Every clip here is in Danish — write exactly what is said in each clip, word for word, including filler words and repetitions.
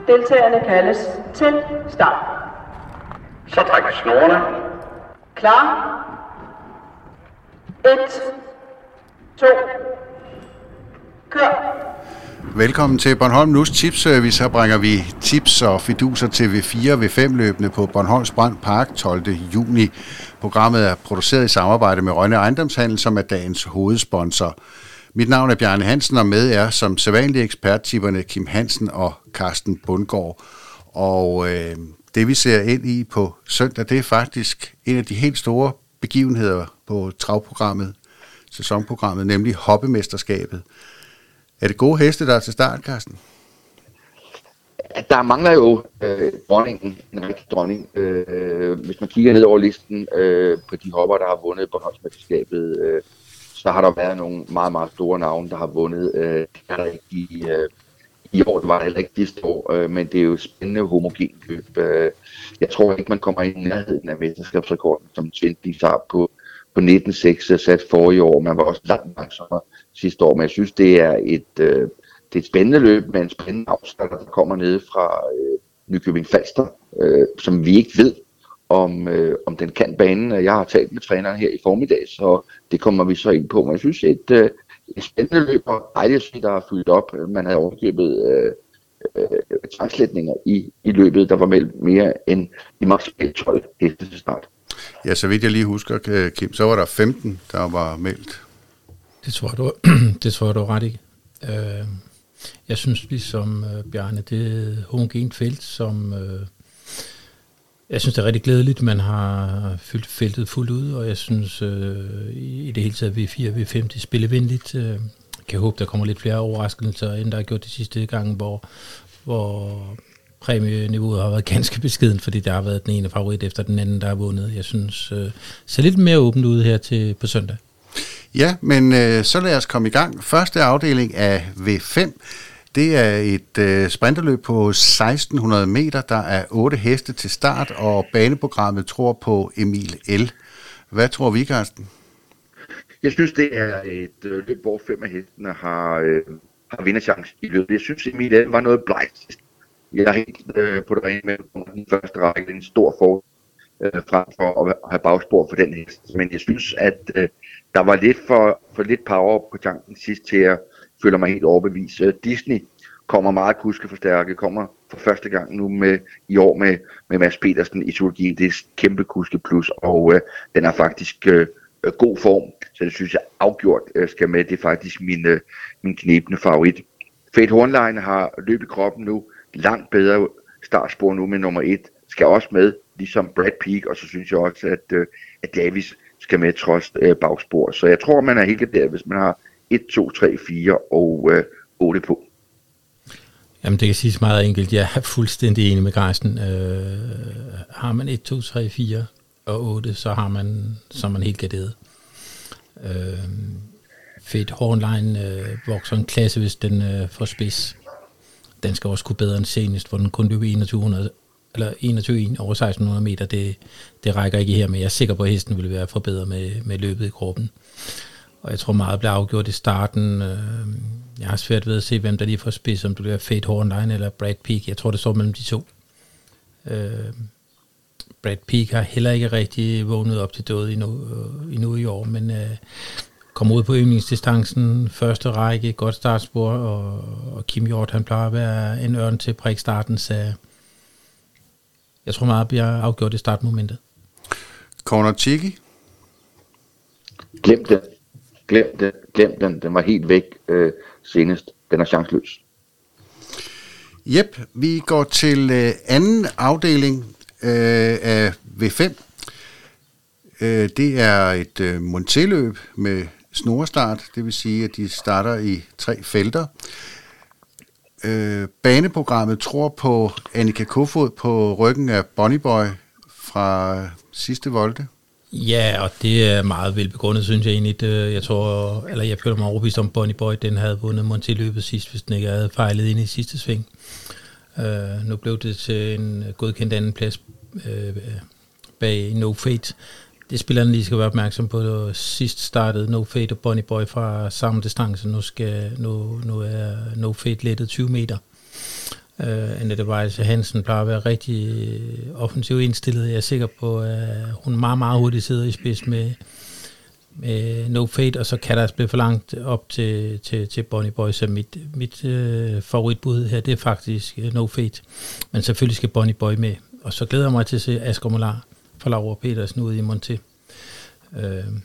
Deltagerne kaldes til start. Så træk snorene. Klar. Et, to, kør. Velkommen til Bornholm Nus Tipsservice. Her bringer vi tips og fiduser til V fire og V fem løbende på Bornholms Brand Park tolvte juni. Programmet er produceret i samarbejde med Rønne Ejendomshandel, som er dagens hovedsponsor. Mit navn er Bjarne Hansen, og med er som sædvanlige eksperttipperne Kim Hansen og Carsten Bundgaard. Og øh, det vi ser ind i på søndag, det er faktisk en af de helt store begivenheder på travprogrammet, sæsonprogrammet, nemlig hoppemesterskabet. Er det gode heste, der er til start, Carsten? Der mangler jo øh, dronningen, en rigtig dronning. Øh, hvis man kigger ned over listen øh, på de hopper, der har vundet Bornholmsmesterskabet, øh, så har der været nogle meget, meget store navne, der har vundet. Øh, det er der ikke i, øh, i år, det var der heller ikke sidste år, øh, men det er jo spændende homogent løb. Øh, jeg tror ikke, man kommer i nærheden af mesterskabsrekorden, som Twinpeaks har på, på nitten seks sat forrige år. Man var også langt langsommere sidste år, men jeg synes, det er et, øh, det er et spændende løb med en spændende afstarter, der kommer nede fra øh, Nykøbing Falster, øh, som vi ikke ved, om, øh, om den kan banen. Jeg har talt med træneren her i formiddag, så det kommer vi så ind på. Men jeg synes, et, øh, et spændende løb, og dejligt at se, der er fyldt op. Man havde overkøbet øh, øh, tvangslætninger i, i løbet, der var meldt mere end de maksimalt tolv heste til start. Ja, så vidt jeg lige husker, Kim, så var der femten, der var meldt. Det tror jeg, du, det tror jeg, du er ret i. Øh, jeg synes ligesom øh, Bjarne, det er et homogent felt, som øh, jeg synes, det er rigtig glædeligt, at man har fyldt feltet fuldt ud, og jeg synes øh, i det hele taget, V fire og V fem, de spiller venligt. Øh, kan håbe, der kommer lidt flere overraskelser, end der er gjort de sidste gange, hvor, hvor præmieniveauet har været ganske beskeden, fordi der har været den ene favorit efter den anden, der har vundet. Jeg synes, øh, ser lidt mere åbent ud her til på søndag. Ja, men øh, så lad os komme i gang. Første afdeling af V fem, det er et øh, sprinterløb på seksten hundrede meter. Der er otte heste til start, og baneprogrammet tror på Emil L. Hvad tror vi, Carsten? Jeg synes, det er et øh, løb, hvor fem af hestene har, øh, har vinderchance i løbet. Jeg synes, Emil L var noget blegt. Jeg er helt øh, på det rene med den første række. En stor for øh, frem for at have bagspor for den hest. Men jeg synes, at øh, der var lidt for, for lidt power på tanken sidst til at føle mig helt overbevist. Disney kommer meget kuskeforstærket, kommer for første gang nu med i år med, med Mads Petersen i Zoologi. Det er kæmpe kuske plus, og øh, den er faktisk øh, god form. Så det synes jeg afgjort øh, skal med. Det er faktisk min, øh, min knebende favorit. Fate Hornline har løbet i kroppen nu. Langt bedre startspor nu med nummer et. Skal også med, ligesom Brad Peak. Og så synes jeg også, at, øh, at Davis skal med trods øh, bagspor. Så jeg tror, man er helt der, hvis man har et, to, tre, fire og øh, otte på. Jamen, det kan siges meget enkelt. Jeg er fuldstændig enig med Carsten. Øh, har man et, to, tre, fire og otte, så har man, så er man helt garderet. Øh, Fate Hornline øh, vokser en klasse, hvis den øh, får spids. Den skal også kunne bedre end senest, hvor den kun løber enogtyve hundrede eller enogtyve over seksten hundrede meter. Det, det rækker ikke her, men jeg er sikker på, at hesten vil være forbedret med, med løbet i kroppen. Og jeg tror meget bliver afgjort i starten. Jeg har svært ved at se, hvem der lige får spids, om det bliver Fate Hornline eller Brad Peak. Jeg tror, det står mellem de to. Brad Peak har heller ikke rigtig vågnet op til døde endnu, endnu i år, men kommer ud på yndlingsdistancen, første række, godt startspor, og, og Kim Hjort, han plejer at være en ørn til prik starten, så jeg tror meget bliver afgjort i startmomentet. Corner Tiki? Glem den. Glem den. Glem den. Den var helt væk øh, senest. Den er chanceløs. Jep, vi går til øh, anden afdeling øh, af V fem. Øh, det er et øh, monteløb med snorestart, det vil sige, at de starter i tre felter. Øh, baneprogrammet tror på Annika Kofod på ryggen af Bonnie Boy fra sidste volte. Ja, og det er meget velbegrundet, synes jeg egentlig. Jeg tror, eller jeg føler mig overbevist om, Bonnie Boy, den havde vundet Monté-løbet sidst, hvis den ikke havde fejlet ind i sidste sving. Uh, nu blev det til en godkendt anden plads uh, bag No Fate. Det spillerne lige skal være opmærksom på. Sidst startede No Fate og Bonnie Boy fra samme distance. Nu, skal, nu, nu er No Fate lettet tyve meter. Uh, Annette Weisse Hansen plejer at være rigtig offensivt indstillet. Jeg er sikker på, at hun meget, meget hurtigt sidder i spids med, med No Fate, og så kan der blive for langt op til, til, til Bonnie Boy. Så mit, mit uh, favoritbud her, det er faktisk uh, No Fate. Men selvfølgelig skal Bonnie Boy med. Og så glæder jeg mig til at se Asger Molar fra Laura Petersen ude i Monté. Uh,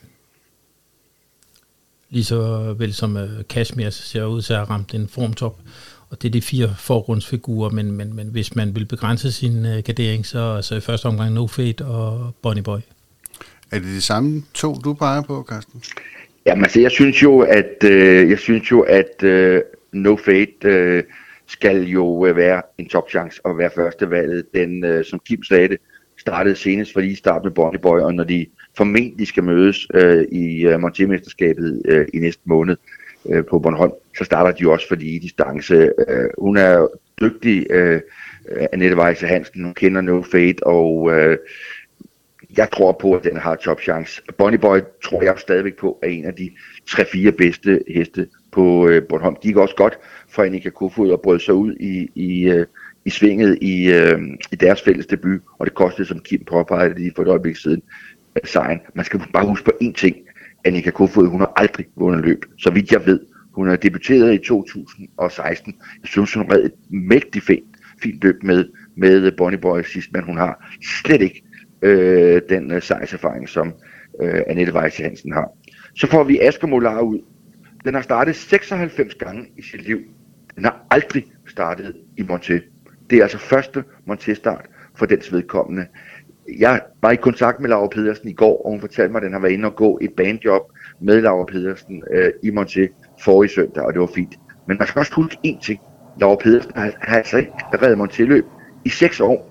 lige så vel som uh, Kashmir ser ud til at have ramt en formtop. Og det er de fire forgrundsfigurer, men, men, men hvis man vil begrænse sin uh, gardering, så, så i første omgang No Fate og Bonnie Boy. Er det de samme to, du peger på, Carsten? Jamen altså, jeg synes jo, at, øh, jeg synes jo, at øh, No Fate øh, skal jo øh, være en topchance og være førstevalget. Den, øh, som Kim sagde det, startede senest for lige start med Bonnie Boy, og når de formentlig skal mødes øh, i øh, Monté-mesterskabet øh, i næste måned øh, på Bornholm, så starter de også for lige distance. Øh, hun er dygtig, øh, Annette Weisse Hansen, hun kender No Fate, og øh, jeg tror på, at den har topchance. Bonnie Boy tror jeg stadigvæk på er en af de tre-fire bedste heste på øh, Bornholm. De gik også godt for Annika Kofod og brød sig ud i, i, øh, i svinget i, øh, i deres fælles debut, og det kostede, som Kim påpegede lige for et øjeblik siden, sejren. Man skal bare huske på én ting. Annika Kofod, hun har aldrig vundet løb, så vidt jeg ved. Hun har debuteret i to tusind og seksten. Jeg synes, hun redde et mægtigt fint, fint løb med, med Bonnie Boy sidst, men hun har slet ikke øh, den øh, sejrserfaring, som øh, Annette Weisse Hansen har. Så får vi Asger Molar ud. Den har startet seksoghalvfems gange i sit liv. Den har aldrig startet i Monté. Det er altså første Monté-start for dens vedkommende. Jeg var i kontakt med Laura Pedersen i går, og hun fortalte mig, at den har været inde og gå et banejob med Laura Pedersen øh, i Monté forrige søndag, og det var fint. Men man skal også huske én ting. Laura Pedersen har, har altså ikke reddet Monté-løb i seks år.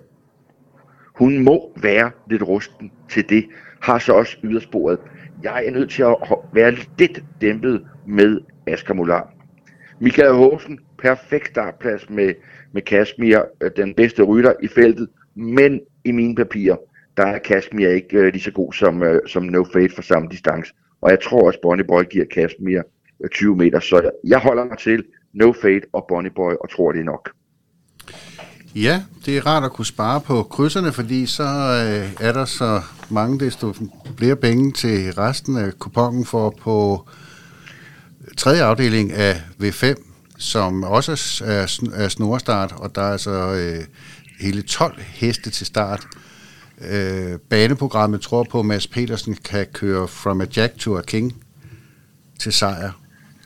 Hun må være lidt rusten til det, har så også ydersporet. Jeg er nødt til at være lidt dæmpet med Asger Molar. Michael Haasen, perfekt startplads med, med Kashmir, den bedste rytter i feltet, men i mine papirer, der er Kashmir ikke uh, lige så god som, uh, som No Fate for samme distance. Og jeg tror også, Bonnie Boy giver Kashmir uh, tyve meter, så jeg, jeg holder mig til No Fate og Bonnie Boy og tror, det er nok. Ja, det er rart at kunne spare på krydserne, fordi så øh, er der så mange, desto flere penge til resten af kupongen for på tredje afdeling af V fem, som også er, er snorestart, og der er altså øh, hele tolv heste til start. Øh, baneprogrammet tror på, at Mads Petersen kan køre From a Jack to a King til sejr.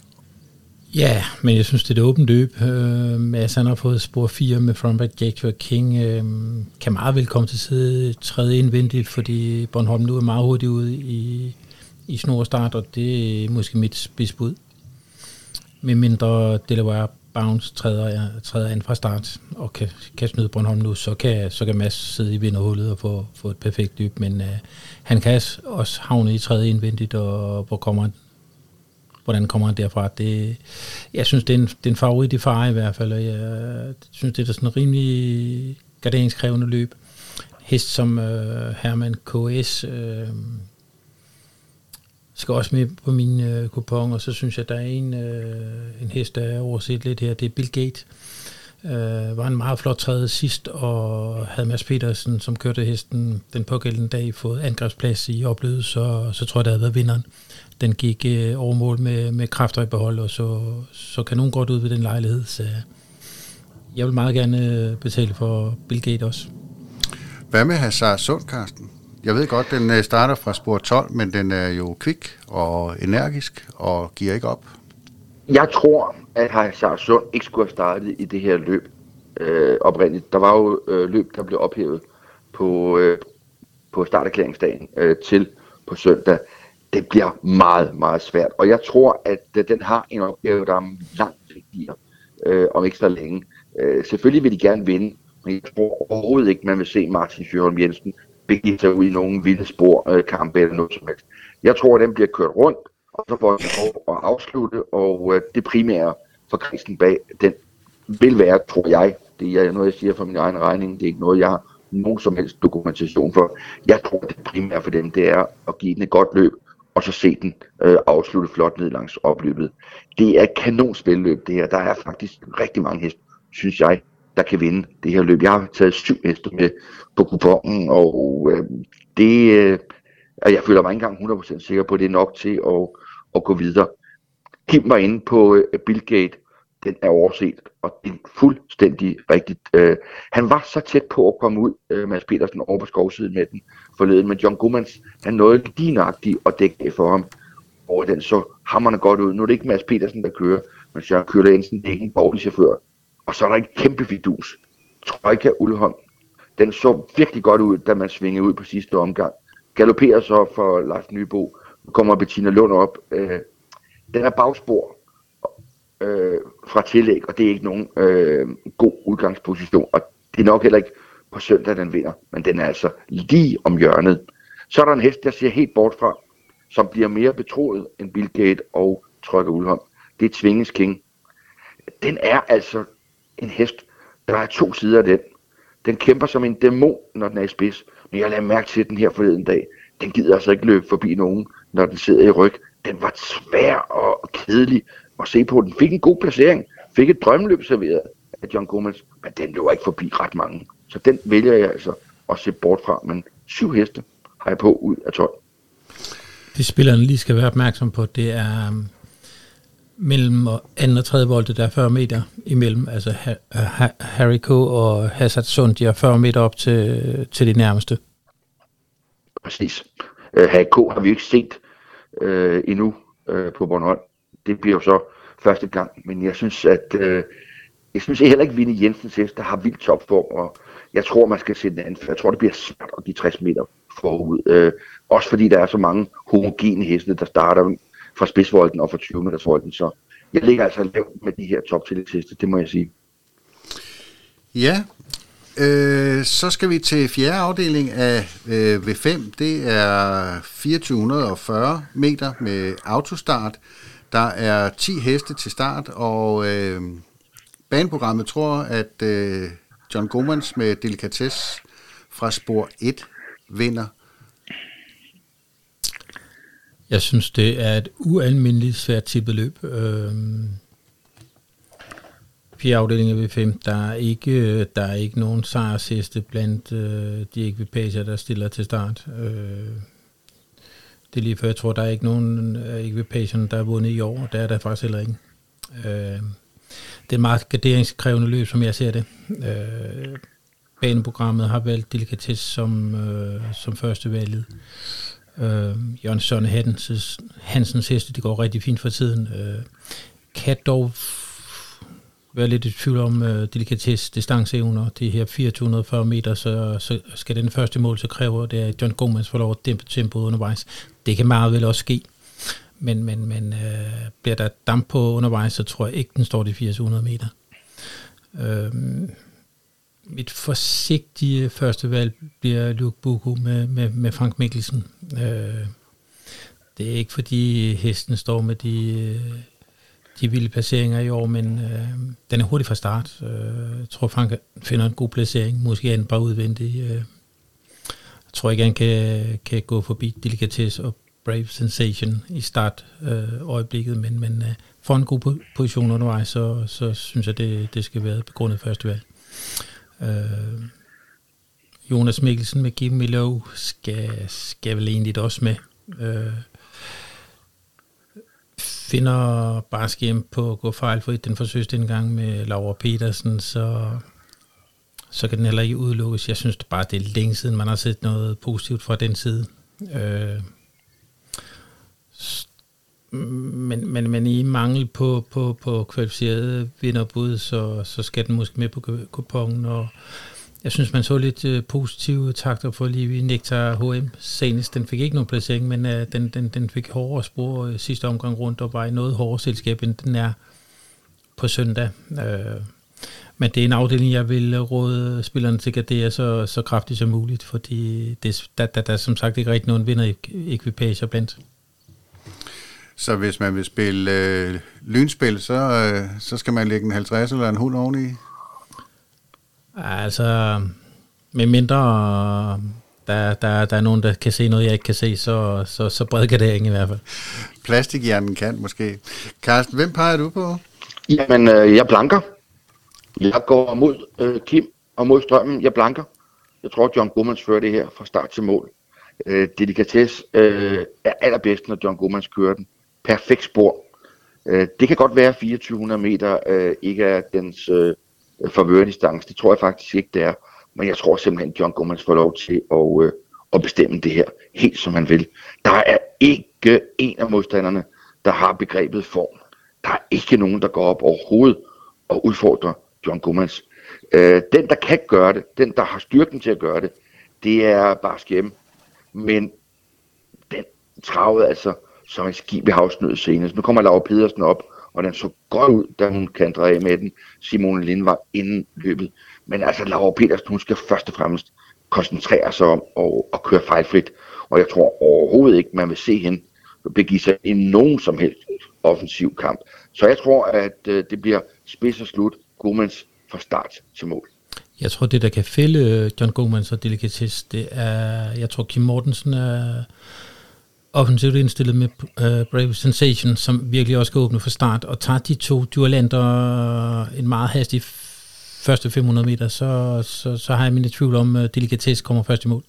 Ja, men jeg synes, det er et åbent løb. Øh, Mads han har fået spor fire med From a Jack to a King. Øh, kan meget vel komme til side tredje indvendigt, fordi Bornholm nu er meget hurtigt ude i, i snorestart, og det er måske mit spidsbud. Med mindre Delaware Bounce træder, træder ind fra start og kan, kan snyde Bornholm nu, så kan, så kan Mads sidde i vinderhullet og få, få et perfekt løb, men øh, han kan også havne i tredje indvendigt, og hvor kommer han, hvordan kommer han derfra? Det, jeg synes, det er, en, det er en favorit i fare i hvert fald, og jeg synes, det er sådan en rimelig garderingskrævende løb. Hest som øh, Herman K S øh, skal også med på min øh, kupon, og så synes jeg, der er en, øh, en hest, der er overset lidt her, det er Bill Gate. Øh, var en meget flot træde sidst, og havde Mads Petersen, som kørte hesten den pågældende dag, fået angrebsplads i opløbet, så, så tror jeg, det havde været vinderen. Den gik øh, over mål med, med kræfter i behold, og så, så kan nogen godt ud ved den lejlighed, så jeg vil meget gerne betale for Bill Gate også. Hvad med Hazard Sund, Carsten? Jeg ved godt, den starter fra spor tolv, men den er jo kvik og energisk og giver ikke op. Jeg tror, at Hazard Sund ikke skulle have startet i det her løb øh, oprindeligt. Der var jo øh, løb, der blev ophævet på, øh, på starterklæringsdagen øh, til på søndag. Det bliver meget, meget svært. Og jeg tror, at øh, den har en opgave, der er langt vigtigere øh, om ikke så længe. Øh, selvfølgelig vil de gerne vinde, men jeg tror overhovedet ikke, man vil se Martin Fyrholm Jensen begive sig ud i nogle vilde spor, øh, kampe eller noget som helst. Jeg tror, at den bliver kørt rundt, og så får den lov at afslutte, og øh, det primære for kredsen bag, den vil være, tror jeg, det er noget, jeg siger for min egen regning, det er ikke noget, jeg har nogen som helst dokumentation for. Jeg tror, det primære for dem, det er at give den et godt løb, og så se den øh, afslutte flot ned langs opløbet. Det er et kanonspilløb, det her. Der er faktisk rigtig mange heste, synes jeg, der kan vinde det her løb. Jeg har taget syv heste med på kupongen, og øh, det, øh, jeg føler mig ikke engang hundrede procent sikker på, at det er nok til at, at gå videre. Kim var inde på øh, Bill Gate. Den er overset, og det er fuldstændig rigtigt. Øh, han var så tæt på at komme ud, øh, Mads Petersen, over på skovsiden med den forleden, men John Gomans, han nåede lige nøjagtigt at dække af for ham. Og den så hamrende godt ud. Nu er det ikke Mads Petersen, der kører, men Søren Kjørle Jensen, det er ikke en borgerlig chauffør. Og så er der en kæmpe fidus. Trojka Ulholm, den så virkelig godt ud, da man svingede ud på sidste omgang. Galopperer så for Lars Nybo. Nu kommer Bettina Lund op. Øh, den er bagspor øh, fra tillæg, og det er ikke nogen øh, god udgangsposition. Og det er nok heller ikke på søndag, den vinder. Men den er altså lige om hjørnet. Så er der en hest, der ser helt bort fra, som bliver mere betroet end Bill Gate og Trojka Ulholm. Det er Tvinges King. Den er altså en hest, der er to sider af den. Den kæmper som en dæmon, når den er i spids. Men jeg lader mærke til den her forleden dag. Den gider altså ikke løbe forbi nogen, når den sidder i ryg. Den var svær og kedelig at se på. Den fik en god placering. Fik et drømmeløb serveret af John Gomans. Men den løber ikke forbi ret mange. Så den vælger jeg altså at se bort fra. Men syv heste har jeg på ud af tolv. Det spillerne lige skal være opmærksom på, det er um, mellem anden og tredje volte, der er fyrre meter imellem. Altså ha- ha- Harry K. og Hazard Sund, de er fyrre meter op til, til de nærmeste. Præcis. Uh, Harry K. har vi ikke set uh, endnu uh, på Bornholm. Det bliver jo så første gang, men jeg synes, at uh, jeg synes heller ikke, Vinnie Jensens hest, der har vildt topform, og jeg tror, man skal sætte den anden. Jeg tror, det bliver svært at give tres meter forud. Øh, også fordi der er så mange homogene heste, der starter fra spidsvolden og fra tyve meters volden. Så jeg ligger altså lavt med de her toptillidsheste, det må jeg sige. Ja, øh, så skal vi til fjerde afdeling af øh, V fem. Det er fireogtyve fyrre meter med autostart. Der er ti heste til start, og øh, baneprogrammet tror, at øh, John Gomans med Delikatesse fra spor et vinder. Jeg synes, det er et ualmindeligt svært tippeløb. Øhm, Fjerde afdeling af V fem, der er ikke, der er ikke nogen sejrsheste blandt øh, de ekvipager, der stiller til start. Øh, det er lige før, jeg tror, der er ikke nogen af ekvipagerne, der er vundet i år. Der er der faktisk heller ikke. Øh, det er et meget garderingskrævende løb, som jeg ser det. Øh, baneprogrammet har valgt Delikatesse som, øh, som første valget. Øh, Jørgen Søren Hansens, Hansens heste, det går rigtig fint for tiden. Øh, kan dog være lidt i tvivl om øh, Delikatesse distanceevner. Det her fireogtyve fyrre meter, så, så skal den første mål, så kræver det, at John Gomans får lov at dæmpe tempoet undervejs. Det kan meget vel også ske. Men, men, men øh, bliver der damp på undervejs, så tror jeg ikke, den står de fireogtyve meter. Øh, mit forsigtige første valg bliver Luke Bucco med, med, med Frank Mikkelsen. Øh, det er ikke fordi hesten står med de, de vilde placeringer i år, men øh, den er hurtig fra start. Øh, jeg tror, Frank finder en god placering. Måske er den bare udvendig. Øh, jeg tror ikke, han kan, kan gå forbi Delikatesse og Brave Sensation i startøjeblikket, øh, men, men øh, for en god position undervejs, så, så synes jeg, det, det skal være begrundet første valg. Øh, Jonas Mikkelsen med Give Me Low skal, skal vel egentlig også med. Øh, finder barsk hjem på at gå fejlfrit den forsøgte en gang med Laura Petersen, så, så kan den heller ikke udelukkes. Jeg synes det bare, det er længe siden, man har set noget positivt fra den side. Øh, Men, men, men i mangel på, på, på kvalificerede vinderbud, så, så skal den måske med på kupongen. Og jeg synes, man så lidt uh, positive takter for lige Nektar H M senest. Den fik ikke nogen placering, men uh, den, den, den fik hårdere spor uh, sidste omgang rundt, og var i noget hårdere selskab, end den er på søndag. Uh, men det er en afdeling, jeg vil råde spillerne til at gardere så, så kraftigt som muligt, fordi det, der, der, der er som sagt ikke rigtig nogen vinder-ekvipager blandt. Så hvis man vil spille øh, lynspil, så, øh, så skal man lægge en halvtreds eller en hund oveni? Altså, med mindre der, der, der er nogen, der kan se noget, jeg ikke kan se, så, så, så bred gardering i hvert fald. Plastikhjernen kan måske. Carsten, hvem peger du på? Jamen, øh, jeg blanker. Jeg går mod øh, Kim og mod strømmen. Jeg blanker. Jeg tror, John Gomans fører det her fra start til mål. Øh, Delicatesse øh, er allerbedst, når John Gomans kører den. Perfekt spor. Øh, det kan godt være, at fireogtyve hundrede meter øh, ikke er dens øh, favørdistance. Det tror jeg faktisk ikke, det er. Men jeg tror simpelthen, at John Gomans får lov til at, øh, at bestemme det her helt som han vil. Der er ikke en af modstanderne, der har begrebet form. Der er ikke nogen, der går op overhovedet og udfordrer John Gomans. Øh, den, der kan gøre det, den, der har styrken til at gøre det, det er bare skæmme. Men den travede altså som et skib i havsnød senest. Nu kommer Laura Pedersen op, og den så godt ud, da hun kan dreje med den. Simone Lind var inden løbet. Men altså Laura Pedersen, hun skal først og fremmest koncentrere sig om at, at køre fejlfrit. Og jeg tror overhovedet ikke, man vil se hende begive sig i nogen som helst offensiv kamp. Så jeg tror, at øh, det bliver spids og slut. Gomans fra start til mål. Jeg tror, det der kan fælde John Gomans og Delicatesse, det er, jeg tror Kim Mortensen er offensivt indstillet med uh, Brave Sensation, som virkelig også skal åbne for start, og tager de to duellanter en meget hastig første fem hundrede meter, så, så, så har jeg mine tvivl om, at Delicatesse kommer først i mål.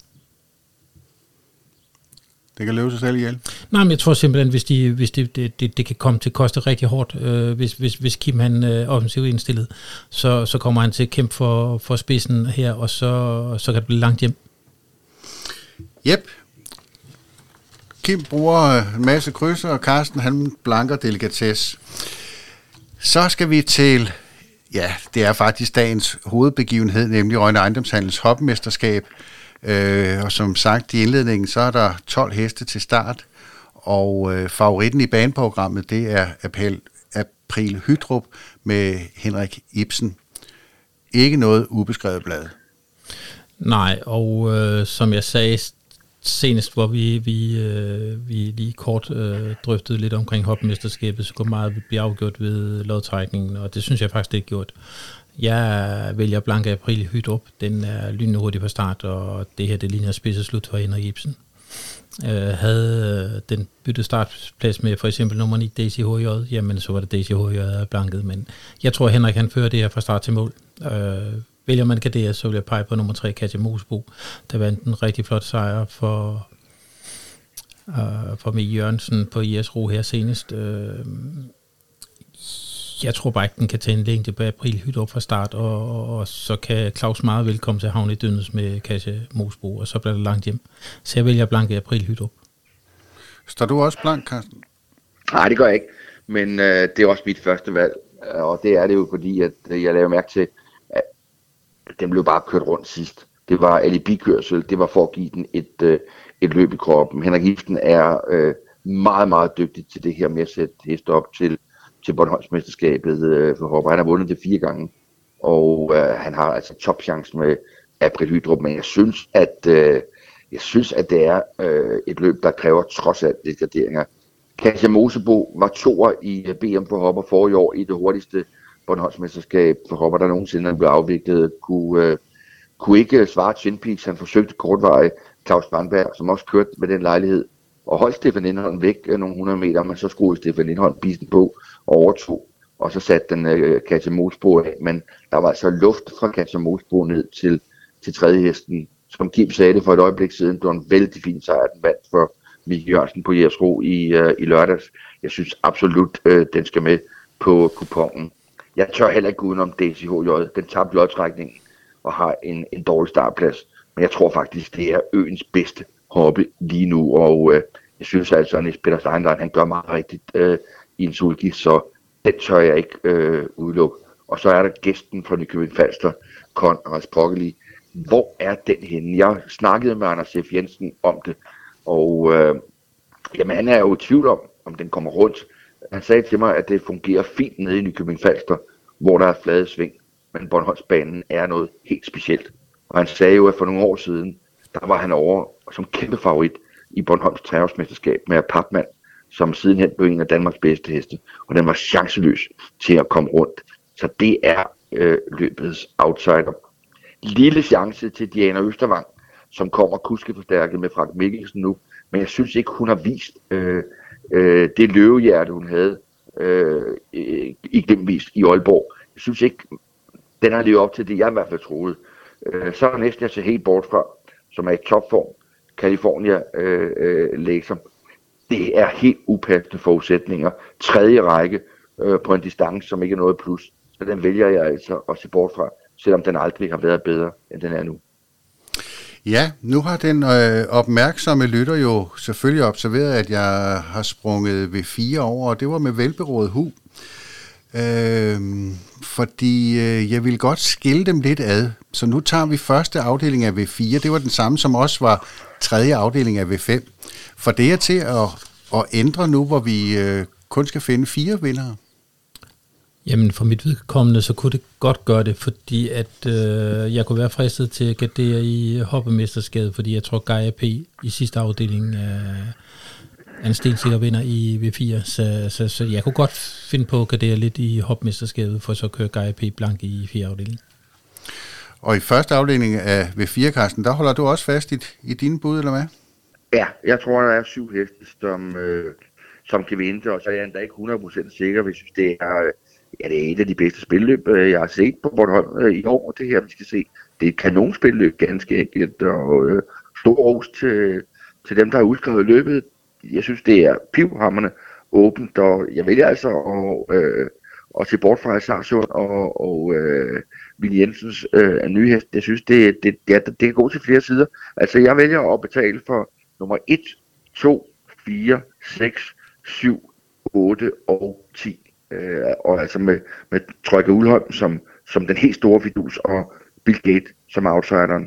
Det kan løbe sig selv ihjel? Nej, men jeg tror simpelthen, hvis, de, hvis det, det, det, det kan komme til at koste rigtig hårdt, øh, hvis, hvis, hvis Kim han er øh, offensivt indstillet, så, så kommer han til at kæmpe for, for spidsen her, og så, så kan det blive langt hjem. Yep. Kim bruger en masse krydser, og Carsten han blanker Delicatesse. Så skal vi til, ja, det er faktisk dagens hovedbegivenhed, nemlig Rønne Ejendomshandels hopmesterskab. Øh, og som sagt i indledningen, så er der tolv heste til start, og øh, favoritten i baneprogrammet, det er April, April Hydrup med Henrik Ibsen. Ikke noget ubeskrevet blad. Nej, og øh, som jeg sagde senest, hvor vi, vi, øh, vi lige kort øh, drøftede lidt omkring hopmesterskabet, så kunne meget blive afgjort ved lodtrækningen, og det synes jeg faktisk, det er gjort. Jeg vælger Blanke April Hydrup. Den er lynende hurtig på start, og det her, det ligner spids og slut for Henrik Ibsen. Øh, havde den byttet startplads med for eksempel nummer ni, Daisy H J, jamen så var det Daisy H J, der er blanket, men jeg tror, Henrik han fører det her fra start til mål. Øh, vælger man Gardere, så vil jeg pege på nummer tre, Katja Mosebo, der vandt en rigtig flot sejr for, øh, for Mie Jørgensen på I S Ro her senest. Øh, Jeg tror bare ikke, den kan tage en længde på April Hydrup fra start, og, og, og så kan Claus meget velkommen til at havne i dødens med Katja Mosebo, og så bliver det langt hjem. Så jeg vælger blanke April Hydrup. Står du også blank, Carsten? Nej, det gør jeg ikke, men øh, det er også mit første valg, og det er det jo fordi, at jeg laver mærke til, at den blev bare kørt rundt sidst. Det var alibi-kørsel, det var for at give den et, øh, et løb i kroppen. Henrik Ibsen er øh, meget, meget dygtig til det her med at sætte heste op til til Bornholmsmesterskabet øh, for hopper. Han har vundet det fire gange, og øh, han har altså topchance med April Hydrup, men jeg synes, at øh, jeg synes, at det er øh, et løb, der kræver trods alt lidt garderinger. Katja Mosebo var toer i B M for hopper forrige år i det hurtigste Bornholmsmesterskab for hopper, der nogensinde blev afviklet. Kunne, øh, kunne ikke svare Twin Peaks. Han forsøgte kortveje Claus Brandberg, som også kørte med den lejlighed, og holdt Stefan Lindholm væk nogle hundrede meter, men så skruede Stefan Lindholm bisen på og overtog, og så satte den øh, Katja Mosebo af, men der var altså luft fra Katja Mosebo ned til, til tredje hesten. Som Kim sagde det for et øjeblik siden, det var en vældig fin sejr, den vandt for Mie Jørgensen på Jersro i, øh, i lørdags. Jeg synes absolut, øh, den skal med på kupongen. Jeg tør heller ikke udenom Daisy H J. Den tabte lodtrækningen og har en, en dårlig startplads, men jeg tror faktisk, det er øens bedste hoppe lige nu, og øh, jeg synes altså, at Niels Peter Steinlein, han gør meget rigtigt øh, i en sulki, så den tør jeg ikke øh, udelukke. Og så er der gæsten fra Nykøbing Falster, Conrad Broccoli. Hvor er den henne? Jeg snakkede med Anders F. Jensen om det, og øh, jamen, han er jo i tvivl om, om den kommer rundt. Han sagde til mig, at det fungerer fint nede i Nykøbing Falster, hvor der er flade sving, men Bornholmsbanen er noget helt specielt. Og han sagde jo, at for nogle år siden, der var han over som kæmpe favorit i Bornholms treårsmesterskab med Papman, som sidenhen blev en af Danmarks bedste heste, og den var chanceløs til at komme rundt. Så det er øh, løbets outsider. Lille chance til Diana Østervang, som kommer kuskeforstærket med Frank Mikkelsen nu, men jeg synes ikke, hun har vist øh, øh, det løvehjerte, hun havde øh, i gennemvist i Aalborg. Jeg synes ikke, den har levet op til det, jeg i hvert fald troede. Øh, så er der næsten, jeg ser helt bort fra, som er i topform, California øh, øh, Laser. Det er helt upassende forudsætninger. Tredje række øh, på en distance, som ikke er noget plus. Så den vælger jeg altså at se bort fra, selvom den aldrig har været bedre, end den er nu. Ja, nu har den øh, opmærksomme lytter jo selvfølgelig observeret, at jeg har sprunget V fire over, og det var med velberådet hu. Øh, fordi øh, jeg vil godt skille dem lidt ad. Så nu tager vi første afdeling af V fire. Det var den samme, som også var tredje afdeling af V fem. For det er til at, at ændre nu, hvor vi øh, kun skal finde fire vindere. Jamen for mit vedkommende, så kunne det godt gøre det, fordi at øh, jeg kunne være fristet til at gardere i hoppemesterskabet, fordi jeg tror, Gaia P i sidste afdeling er, er en stensikker vinder i V fire, så, så, så jeg kunne godt finde på at gardere lidt i hoppemesterskabet, for så at køre Gaia P blank i fjerde afdeling. Og i første afdeling af V fire, Carsten, der holder du også fast i, i dine bud, eller hvad? Ja, jeg tror, der er syv heste, som, øh, som kan vinde, og så er jeg endda ikke hundrede procent sikker, hvis det er... Ja, det er et af de bedste spilløb, jeg har set på Bornholm i år, det her, vi skal se. Det er et kanonspilløb, ganske enkelt, og øh, stor ros til, til dem, der har udskrevet løbet. Jeg synes, det er pivhamrende åbent, og jeg vælger altså at, øh, at se bort fra Sarsund og, og øh, Ville Jensens øh, nye hest. Jeg synes, det, det, det, det kan gå til flere sider. Altså, jeg vælger at betale for nummer et, to, fire, seks, syv, otte og ti. Øh, og altså med, med Trygge Uldholm som, som den helt store fidus, og Bill Gate som outsideren.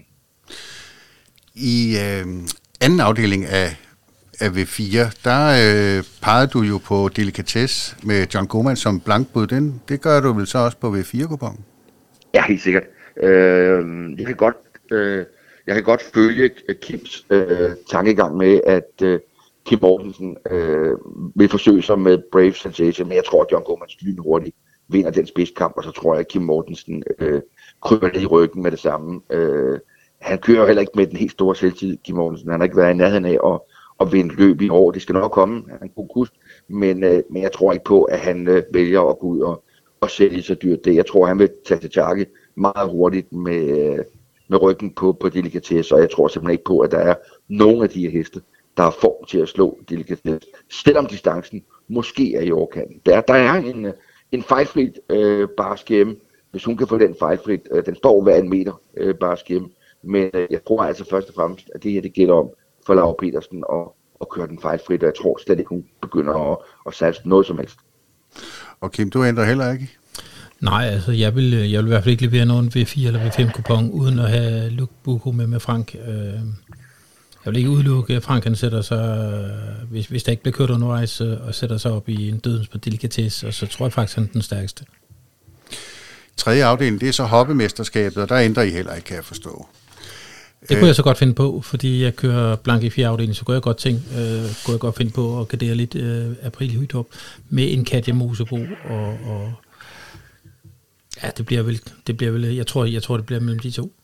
I øh, anden afdeling af, af V fire, der øh, pegede du jo på Delikatesse med John Goman som blankbud. Den, det gør du vel så også på V fire-kupongen? Ja, helt sikkert. Øh, jeg, kan godt, øh, jeg kan godt følge Kims øh, tankegang med, at øh, Kim Mortensen øh, vil forsøge sig med Brave Sensation, men jeg tror, at John Goman lynhurtigt vinder den spidskamp, og så tror jeg, at Kim Mortensen øh, kryber ned i ryggen med det samme. Øh, han kører heller ikke med den helt store selvtid, Kim Mortensen. Han har ikke været i nærheden af at, at vinde løb i år. Det skal nok komme. Han er en god kust, men, øh, men jeg tror ikke på, at han øh, vælger at gå ud og, og sælge så dyrt det. Jeg tror, han vil tage til takke meget hurtigt med, øh, med ryggen på, på Delikatesse, og jeg tror simpelthen ikke på, at der er nogen af de her heste, der er form til at slå Delikatesse, selvom distancen måske er i overkanten. Der, der er en, en fejlfrit øh, barskæmme, hvis hun kan få den fejlfrit. Øh, den står hver en meter øh, barskæmme, men øh, jeg tror altså først og fremmest, at det her det gælder om for Laura Petersen at, at køre den fejlfrit, og jeg tror slet ikke, hun begynder at, at satse noget som helst. Og Kim, du ændrer heller ikke? Nej, altså jeg vil, jeg vil i hvert fald ikke levere nogen V fire eller V fem-kupon, uden at have Luke Bucco med med Frank. Øh, Jeg vil ikke udelukke, at Frank han sætter sig, hvis, hvis der ikke bliver kørt undervejs, og sætter sig op i en dødens på Delikatesse, og så tror jeg faktisk, han er den stærkeste. Tredje afdeling, det er så hoppemesterskabet, og der ændrer I heller ikke, kan jeg forstå. Det kunne jeg så godt finde på, fordi jeg kører blank i fjerde afdeling, så kunne jeg godt tænke, øh, kunne jeg godt finde på at gardere lidt øh, april Hytop med en Katja Mosebo, og, og ja, det bliver vel, det bliver vel, jeg tror, jeg tror, det bliver mellem de to.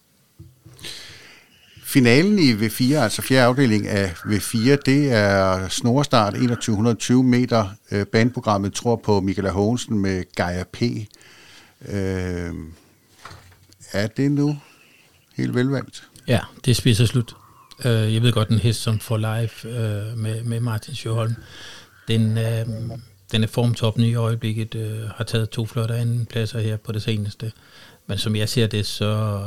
Finalen i V fire, altså fjerde afdeling af V fire, det er snorestart enogtyve tyve meter. Øh, baneprogrammet tror på Michaela Hogensen med Gaia P. Øh, er det nu helt velvalgt? Ja, det spidser slut. Uh, jeg ved godt, en hest som For Life uh, med, med Martin Sjöholm, den, uh, den er formtoppen i øjeblikket, uh, har taget to flotte anden pladser her på det seneste. Men som jeg ser det, så...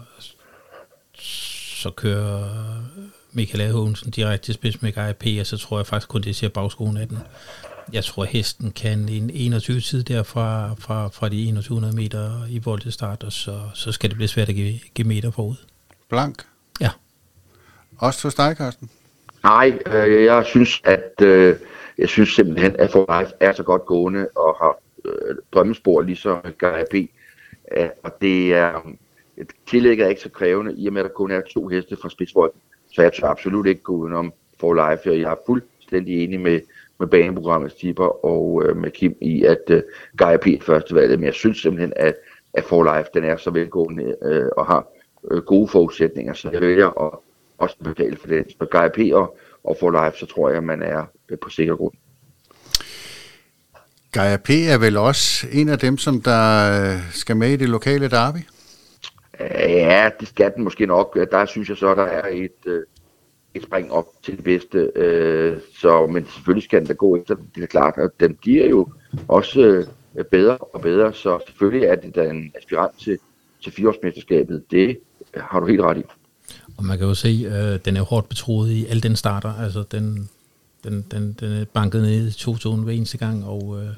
så kører Michaela Hogensen direkte til spids med Gaia P, og så tror jeg faktisk kun, det ser bagskoen af den. Jeg tror, hesten kan en enogtyve tid derfra fra, fra de enogtyve hundrede meter i vold til start, og så, så skal det blive svært at give, give meter forud. Blank? Ja. Også hos dig, Carsten? Nej, øh, jeg synes, at øh, jeg synes simpelthen, at For Life er så godt gående og har øh, drømmespor ligesom Gaia P. Øh, og det er... Et tillæg er ikke så krævende, i og med at der kun er to heste fra spidsvolden, så jeg tør absolut ikke gå udenom For Life, og jeg er fuldstændig enig med, med baneprogrammets tipper og øh, med Kim i, at øh, Gaia P er første valget, men jeg synes simpelthen, at, at For Life den er så velgående øh, og har øh, gode forudsætninger, så jeg vælger at også betale for den. Så Gaia P og, og For Life, så tror jeg, man er øh, på sikker grund. Gaia P er vel også en af dem, som der skal med i det lokale derby? Ja, det skal den måske nok. Der synes jeg så, der er et, et spring op til det bedste. Så, men selvfølgelig skal den da gå efter, det er klart. Og den bliver jo også bedre og bedre, så selvfølgelig er det da en aspirant til, til fireårsmesterskabet. Det har du helt ret i. Og man kan jo se, at øh, den er hårdt betroet i alle den starter. Altså, den, den, den, den er banket ned i to-tonen hver eneste gang, og øh,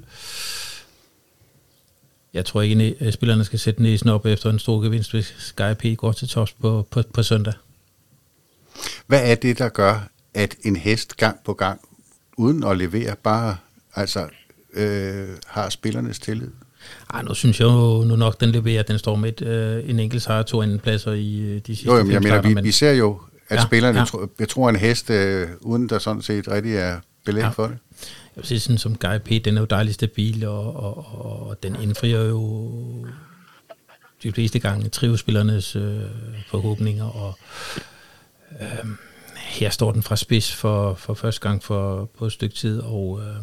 jeg tror ikke, at spillerne skal sætte næsen op efter en stor gevinst, hvis Gaia P går til tops på, på, på søndag. Hvad er det, der gør, at en hest gang på gang, uden at levere, bare altså, øh, har spillernes tillid? Ej, nu synes jeg jo nu nok, den leverer. Den står med et, øh, en enkelt sejr og to anden pladser i øh, de sidste jo, jamen, jeg mener, vi, men... vi ser jo, at ja, spillerne, ja. Tro, jeg tror en hest, øh, uden der sådan set rigtig er belæg ja. for det. Jeg vil sige, sådan som Gaia P, den er jo dejligt stabil, og, og, og den indfrier jo de fleste gange trivspillernes øh, forhåbninger, og øh, her står den fra spids for, for første gang for, på et stykke tid, og øh,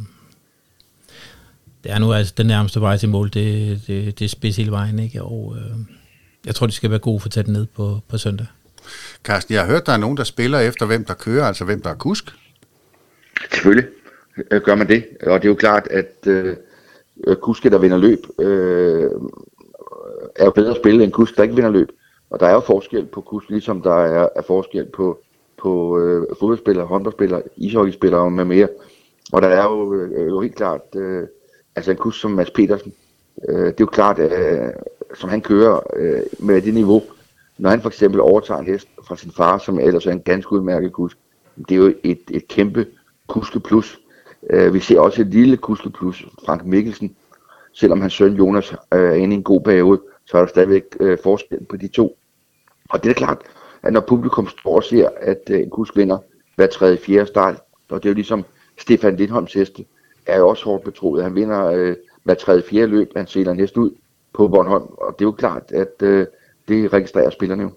det er nu altså den nærmeste vej til mål, det, det, det er spids hele vejen, ikke? Og øh, jeg tror, de skal være gode for at tage den ned på, på søndag. Carsten, jeg har hørt, der er nogen, der spiller efter, hvem der kører, altså hvem der er kusk. Selvfølgelig gør man det, og det er jo klart, at øh, kuske, der vinder løb, øh, er jo bedre at spille end kusk, der ikke vinder løb. Og der er jo forskel på kusk, ligesom der er, er forskel på, på øh, fodboldspillere, håndboldspillere, ishockeyspillere med mere. Og der er jo, øh, jo helt klart, øh, altså en kusk som Mads Petersen, øh, det er jo klart, øh, som han kører øh, med det niveau, når han for eksempel overtager en hest fra sin far, som ellers er en ganske udmærket kusk, det er jo et, et kæmpe kuske plus. Uh, vi ser også et lille kuske plus, Frank Mikkelsen. Selvom hans søn Jonas uh, er inde i en god periode, så er der stadigvæk uh, forskel på de to. Og det er klart, at når publikum står og ser, at uh, en kusk vinder hver tredje, fjerde start, og det er jo ligesom Stefan Lindholms heste, er jo også hårdt betroet. Han vinder uh, hver tredje, fjerde løb, han sælger en hest ud på Bornholm, og det er jo klart, at uh, det registrerer spillerne jo.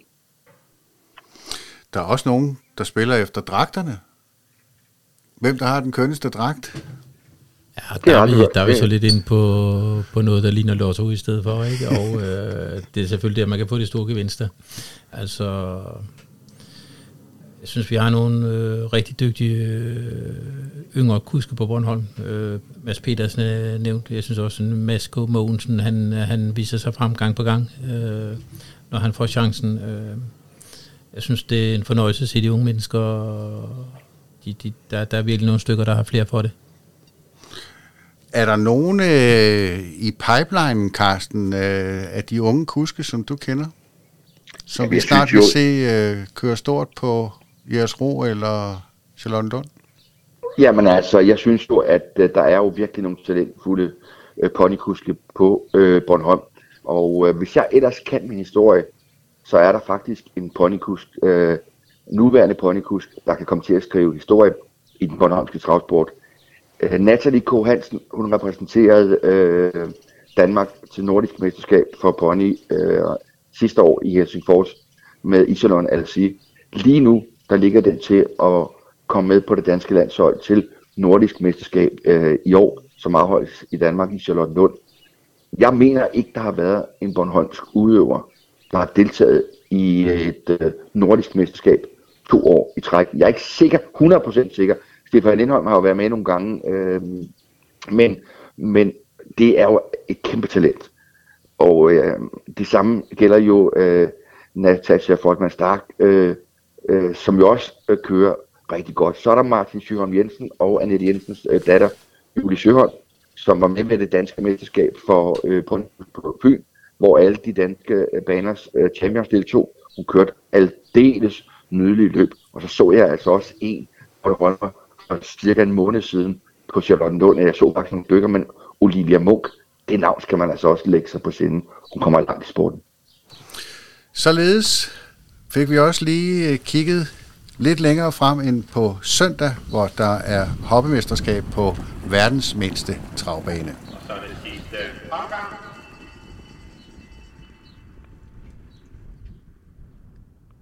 Der er også nogen, der spiller efter dragterne. Hvem der har den kønneste dragt? Ja, der er, vi, der er vi så lidt inde på, på noget, der ligner lotto i stedet for, ikke? Og øh, det er selvfølgelig det, at man kan få de store gevinster. Altså, jeg synes, vi har nogle øh, rigtig dygtige øh, yngre kuske på Bornholm. Øh, Mads Petersen er nævnt. Jeg synes også, at Mads K. Mogensen, han, han viser sig frem gang på gang, øh, når han får chancen. Øh, jeg synes, det er en fornøjelse at se de unge mennesker. De, de, der, der er virkelig nogle stykker, der har flere for det. Er der nogen øh, i pipelinen, Carsten, øh, af de unge kuske, som du kender? Som ja, vi snart vil se øh, køre stort på Jersro eller Charlottenlund? Jamen altså, jeg synes jo, at øh, der er jo virkelig nogle talentfulde øh, ponykuske på øh, Bornholm. Og øh, hvis jeg ellers kan min historie, så er der faktisk en ponykusk, øh, nuværende ponykusk, der kan komme til at skrive historie i den bornholmske travsport. Uh, Natalie K. Hansen, hun repræsenterede uh, Danmark til nordisk mesterskab for pony uh, sidste år i Helsingfors med Iserlohn L C. Lige nu, der ligger den til at komme med på det danske landshold til nordisk mesterskab uh, i år, som afholdes i Danmark i Charlottenlund. Jeg mener ikke, der har været en bornholmsk udøver, der har deltaget i et uh, nordisk mesterskab to år i træk. Jeg er ikke sikker, hundrede procent sikker. Stefan Lindholm har jo været med nogle gange, øh, men, men det er jo et kæmpe talent. Og øh, det samme gælder jo øh, Natasha Folkman Stark, øh, øh, som jo også øh, kører rigtig godt. Så er der Martin Søholm Jensen og Annette Jensens øh, datter, Julie Søholm, som var med med det danske mesterskab for, øh, på, på Fyn, hvor alle de danske øh, baners øh, champions deltog. Hun kørte aldeles nydelige løb, og så så jeg altså også en på Rønner for cirka en måned siden på Charlottenlund. Jeg så faktisk nogle dykker, men Olivia Munk, det navn skal man altså også lægge sig på sinden. Hun kommer langt i sporten. Således fik vi også lige kigget lidt længere frem end på søndag, hvor der er hoppemesterskab på verdens mindste travbane. Og så er det sidste omgang.